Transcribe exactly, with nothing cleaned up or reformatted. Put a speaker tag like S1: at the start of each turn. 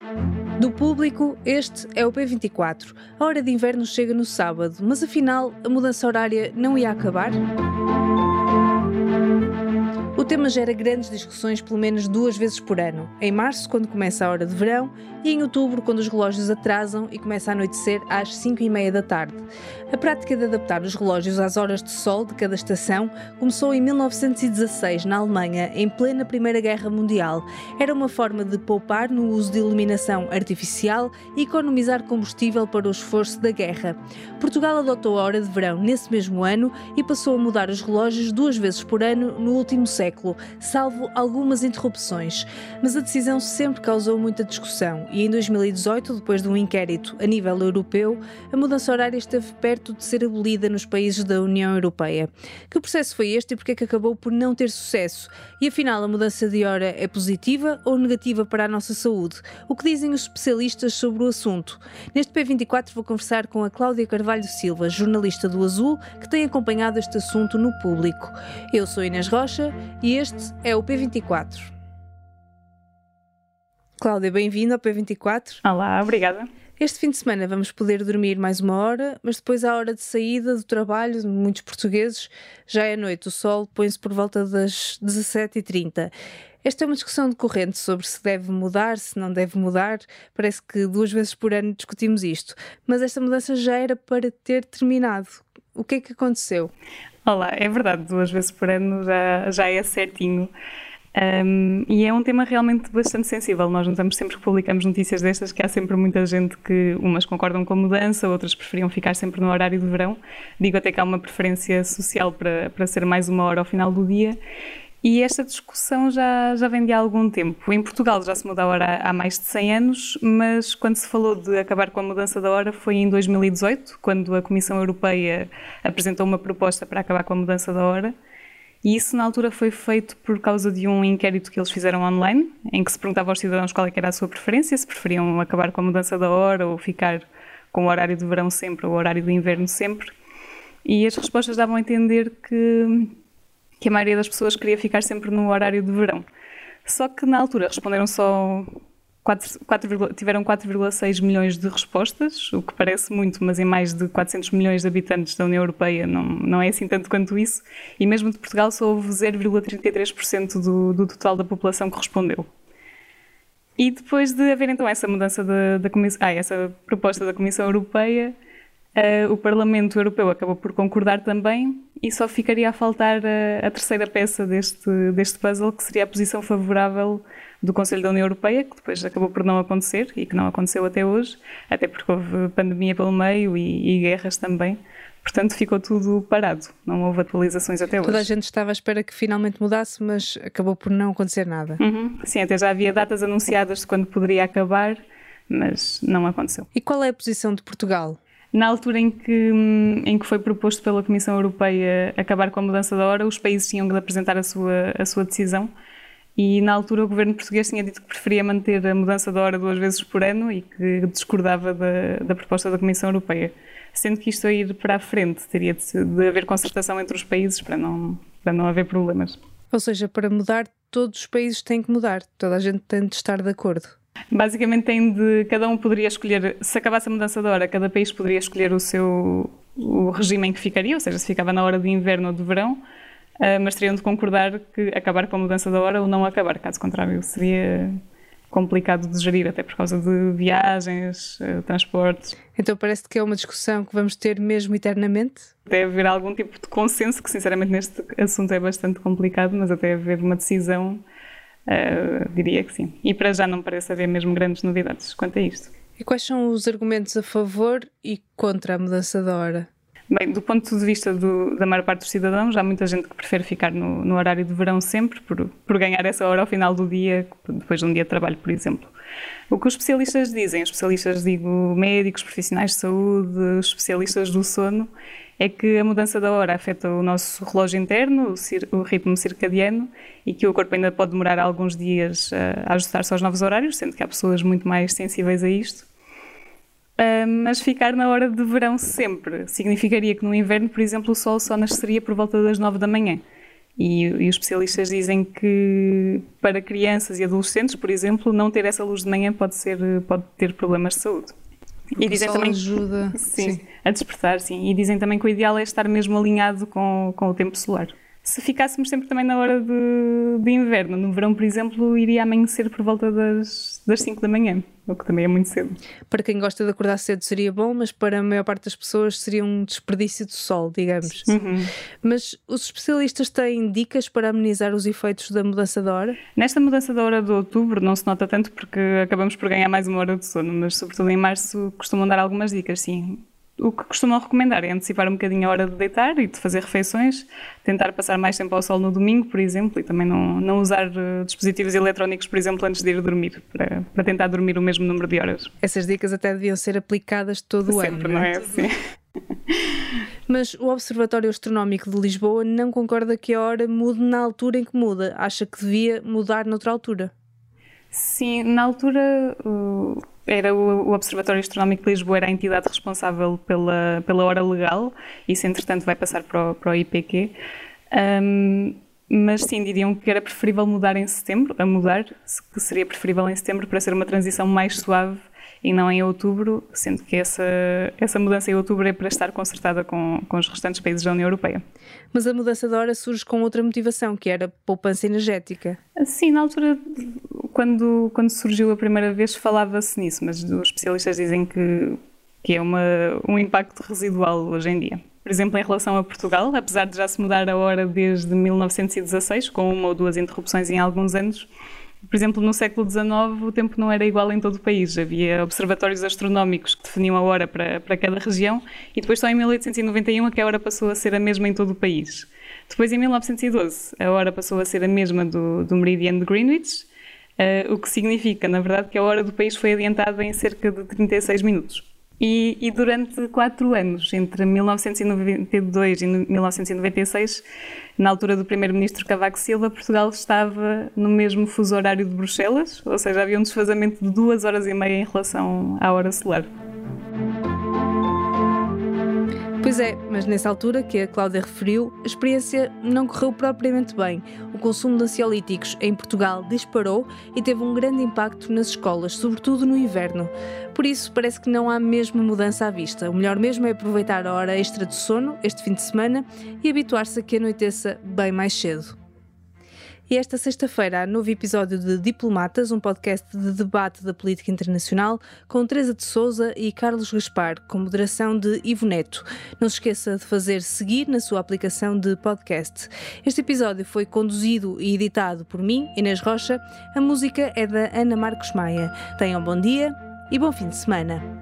S1: Do público, este é o P vinte e quatro. A hora de inverno chega no sábado, mas afinal a mudança horária não ia acabar? O tema gera grandes discussões pelo menos duas vezes por ano. Em março, quando começa a hora de verão, e em outubro, quando os relógios atrasam e começa a anoitecer às cinco e meia da tarde. A prática de adaptar os relógios às horas de sol de cada estação começou em mil novecentos e dezasseis, na Alemanha, em plena Primeira Guerra Mundial. Era uma forma de poupar no uso de iluminação artificial e economizar combustível para o esforço da guerra. Portugal adotou a hora de verão nesse mesmo ano e passou a mudar os relógios duas vezes por ano no último século, salvo algumas interrupções. Mas a decisão sempre causou muita discussão e em dois mil e dezoito, depois de um inquérito a nível europeu, a mudança horária esteve perto de ser abolida nos países da União Europeia. Que processo foi este e porque é que acabou por não ter sucesso? E afinal, a mudança de hora é positiva ou negativa para a nossa saúde? O que dizem os especialistas sobre o assunto? Neste P vinte e quatro vou conversar com a Cláudia Carvalho Silva, jornalista do Azul, que tem acompanhado este assunto no público. Eu sou Inês Rocha e este é o P vinte e quatro. Cláudia, bem-vinda ao P vinte e quatro.
S2: Olá, obrigada.
S1: Este fim de semana vamos poder dormir mais uma hora, mas depois à hora de saída do trabalho, de muitos portugueses, já é noite, o sol põe-se por volta das dezassete e trinta. Esta é uma discussão decorrente sobre se deve mudar, se não deve mudar. Parece que duas vezes por ano discutimos isto, mas esta mudança já era para ter terminado. O que é que aconteceu?
S2: Olá, é verdade, duas vezes por ano já, já é certinho. Um, e é um tema realmente bastante sensível. Nós notamos sempre que publicamos notícias destas que há sempre muita gente que umas concordam com a mudança, outras preferiam ficar sempre no horário de verão. Digo até que há uma preferência social para, para ser mais uma hora ao final do dia. E esta discussão já, já vem de há algum tempo. Em Portugal já se muda a hora há mais de cem anos, mas quando se falou de acabar com a mudança da hora foi em dois mil e dezoito, quando a Comissão Europeia apresentou uma proposta para acabar com a mudança da hora. E isso na altura foi feito por causa de um inquérito que eles fizeram online, em que se perguntava aos cidadãos qual é que era a sua preferência, se preferiam acabar com a mudança da hora ou ficar com o horário de verão sempre ou o horário de inverno sempre. E as respostas davam a entender que, que a maioria das pessoas queria ficar sempre no horário de verão. Só que na altura responderam só... quatro, quatro, tiveram quatro vírgula seis milhões de respostas, o que parece muito, mas em mais de quatrocentos milhões de habitantes da União Europeia não, não é assim tanto quanto isso, e mesmo de Portugal só houve zero vírgula trinta e três por cento do, do total da população que respondeu. E depois de haver então essa mudança da, da Comissão, ah, essa proposta da Comissão Europeia, uh, o Parlamento Europeu acabou por concordar também e só ficaria a faltar a, a terceira peça deste, deste puzzle, que seria a posição favorável do Conselho da União Europeia, que depois acabou por não acontecer e que não aconteceu até hoje, até porque houve pandemia pelo meio e, e guerras também. Portanto, ficou tudo parado, não houve atualizações até hoje.
S1: Toda a gente estava à espera que finalmente mudasse, mas acabou por não acontecer nada.
S2: Uhum. Sim, até já havia datas anunciadas de quando poderia acabar, mas não aconteceu.
S1: E qual é a posição de Portugal?
S2: Na altura em que, em que foi proposto pela Comissão Europeia acabar com a mudança da hora, os países tinham de apresentar a sua, a sua decisão. E na altura o governo português tinha dito que preferia manter a mudança da hora duas vezes por ano e que discordava da, da proposta da Comissão Europeia. Sendo que isto a ir para a frente teria de, de haver concertação entre os países para não, para não haver problemas.
S1: Ou seja, para mudar, todos os países têm que mudar, toda a gente tem de estar de acordo.
S2: Basicamente tem de, cada um poderia escolher, se acabasse a mudança da hora, cada país poderia escolher o seu o regime em que ficaria, ou seja, se ficava na hora de inverno ou de verão. Uh, mas teriam de concordar que acabar com a mudança da hora ou não acabar, caso contrário seria complicado de gerir, até por causa de viagens, uh, transportes.
S1: Então parece que é uma discussão que vamos ter mesmo eternamente?
S2: Até haver algum tipo de consenso, que sinceramente neste assunto é bastante complicado, mas até haver uma decisão, uh, diria que sim. E para já não parece haver mesmo grandes novidades quanto a isto.
S1: E quais são os argumentos a favor e contra a mudança da hora?
S2: Bem, do ponto de vista do, da maior parte dos cidadãos, há muita gente que prefere ficar no, no horário de verão sempre, por, por ganhar essa hora ao final do dia, depois de um dia de trabalho, por exemplo. O que os especialistas dizem, os especialistas, digo, médicos, profissionais de saúde, especialistas do sono, é que a mudança da hora afeta o nosso relógio interno, o, cir, o ritmo circadiano, e que o corpo ainda pode demorar alguns dias a, a ajustar-se aos novos horários, sendo que há pessoas muito mais sensíveis a isto. Uh, mas ficar na hora de verão sempre significaria que no inverno, por exemplo, o sol só nasceria por volta das nove da manhã. E, e os especialistas dizem que para crianças e adolescentes, por exemplo, não ter essa luz de manhã pode, ser, pode ter problemas de saúde.
S1: Porque e dizem o sol também ajuda
S2: sim, sim. a despertar, sim. E dizem também que o ideal é estar mesmo alinhado com, com o tempo solar. Se ficássemos sempre também na hora de, de inverno, no verão, por exemplo, iria amanhecer por volta das, das cinco da manhã, o que também é muito cedo.
S1: Para quem gosta de acordar cedo seria bom, mas para a maior parte das pessoas seria um desperdício de sol, digamos.
S2: Uhum.
S1: Mas os especialistas têm dicas para amenizar os efeitos da mudança da hora?
S2: Nesta mudança da hora de outubro não se nota tanto porque acabamos por ganhar mais uma hora de sono, mas sobretudo em março costumam dar algumas dicas, sim. O que costumam recomendar é antecipar um bocadinho a hora de deitar e de fazer refeições, tentar passar mais tempo ao sol no domingo, por exemplo, e também não, não usar uh, dispositivos eletrónicos, por exemplo, antes de ir dormir, para, para tentar dormir o mesmo número de horas.
S1: Essas dicas até deviam ser aplicadas todo o ano.
S2: Sempre, não é assim?
S1: Mas o Observatório Astronómico de Lisboa não concorda que a hora mude na altura em que muda. Acha que devia mudar noutra altura?
S2: Sim, na altura uh, era o, o Observatório Astronómico de Lisboa era a entidade responsável pela, pela hora legal, isso entretanto vai passar para o, para o I P Q, um, mas sim, diriam que era preferível mudar em setembro, a mudar, que seria preferível em setembro para ser uma transição mais suave e não em outubro, sendo que essa, essa mudança em outubro é para estar concertada com, com os restantes países da União Europeia.
S1: Mas a mudança de hora surge com outra motivação, que era poupança energética.
S2: Sim, na altura, quando, quando surgiu a primeira vez, falava-se nisso, mas os especialistas dizem que, que é uma, um impacto residual hoje em dia. Por exemplo, em relação a Portugal, apesar de já se mudar a hora desde mil novecentos e dezasseis, com uma ou duas interrupções em alguns anos, por exemplo, no século dezenove o tempo não era igual em todo o país. Havia observatórios astronómicos que definiam a hora para, para cada região e depois só em mil oitocentos e noventa e um é que a hora passou a ser a mesma em todo o país. Depois, em mil novecentos e doze, a hora passou a ser a mesma do, do meridiano de Greenwich, uh, o que significa, na verdade, que a hora do país foi adiantada em cerca de trinta e seis minutos. E, e durante quatro anos, entre mil novecentos e noventa e dois e mil novecentos e noventa e seis, na altura do primeiro-ministro Cavaco Silva, Portugal estava no mesmo fuso horário de Bruxelas, ou seja, havia um desfazamento de duas horas e meia em relação à hora solar.
S1: Pois é, mas nessa altura que a Cláudia referiu, a experiência não correu propriamente bem. O consumo de ansiolíticos em Portugal disparou e teve um grande impacto nas escolas, sobretudo no inverno. Por isso, parece que não há mesmo mudança à vista. O melhor mesmo é aproveitar a hora extra de sono, este fim de semana, e habituar-se a que anoiteça bem mais cedo. E esta sexta-feira há novo episódio de Diplomatas, um podcast de debate da política internacional com Teresa de Sousa e Carlos Gaspar, com moderação de Ivo Neto. Não se esqueça de fazer seguir na sua aplicação de podcast. Este episódio foi conduzido e editado por mim, Inês Rocha. A música é da Ana Marcos Maia. Tenham bom dia e bom fim de semana.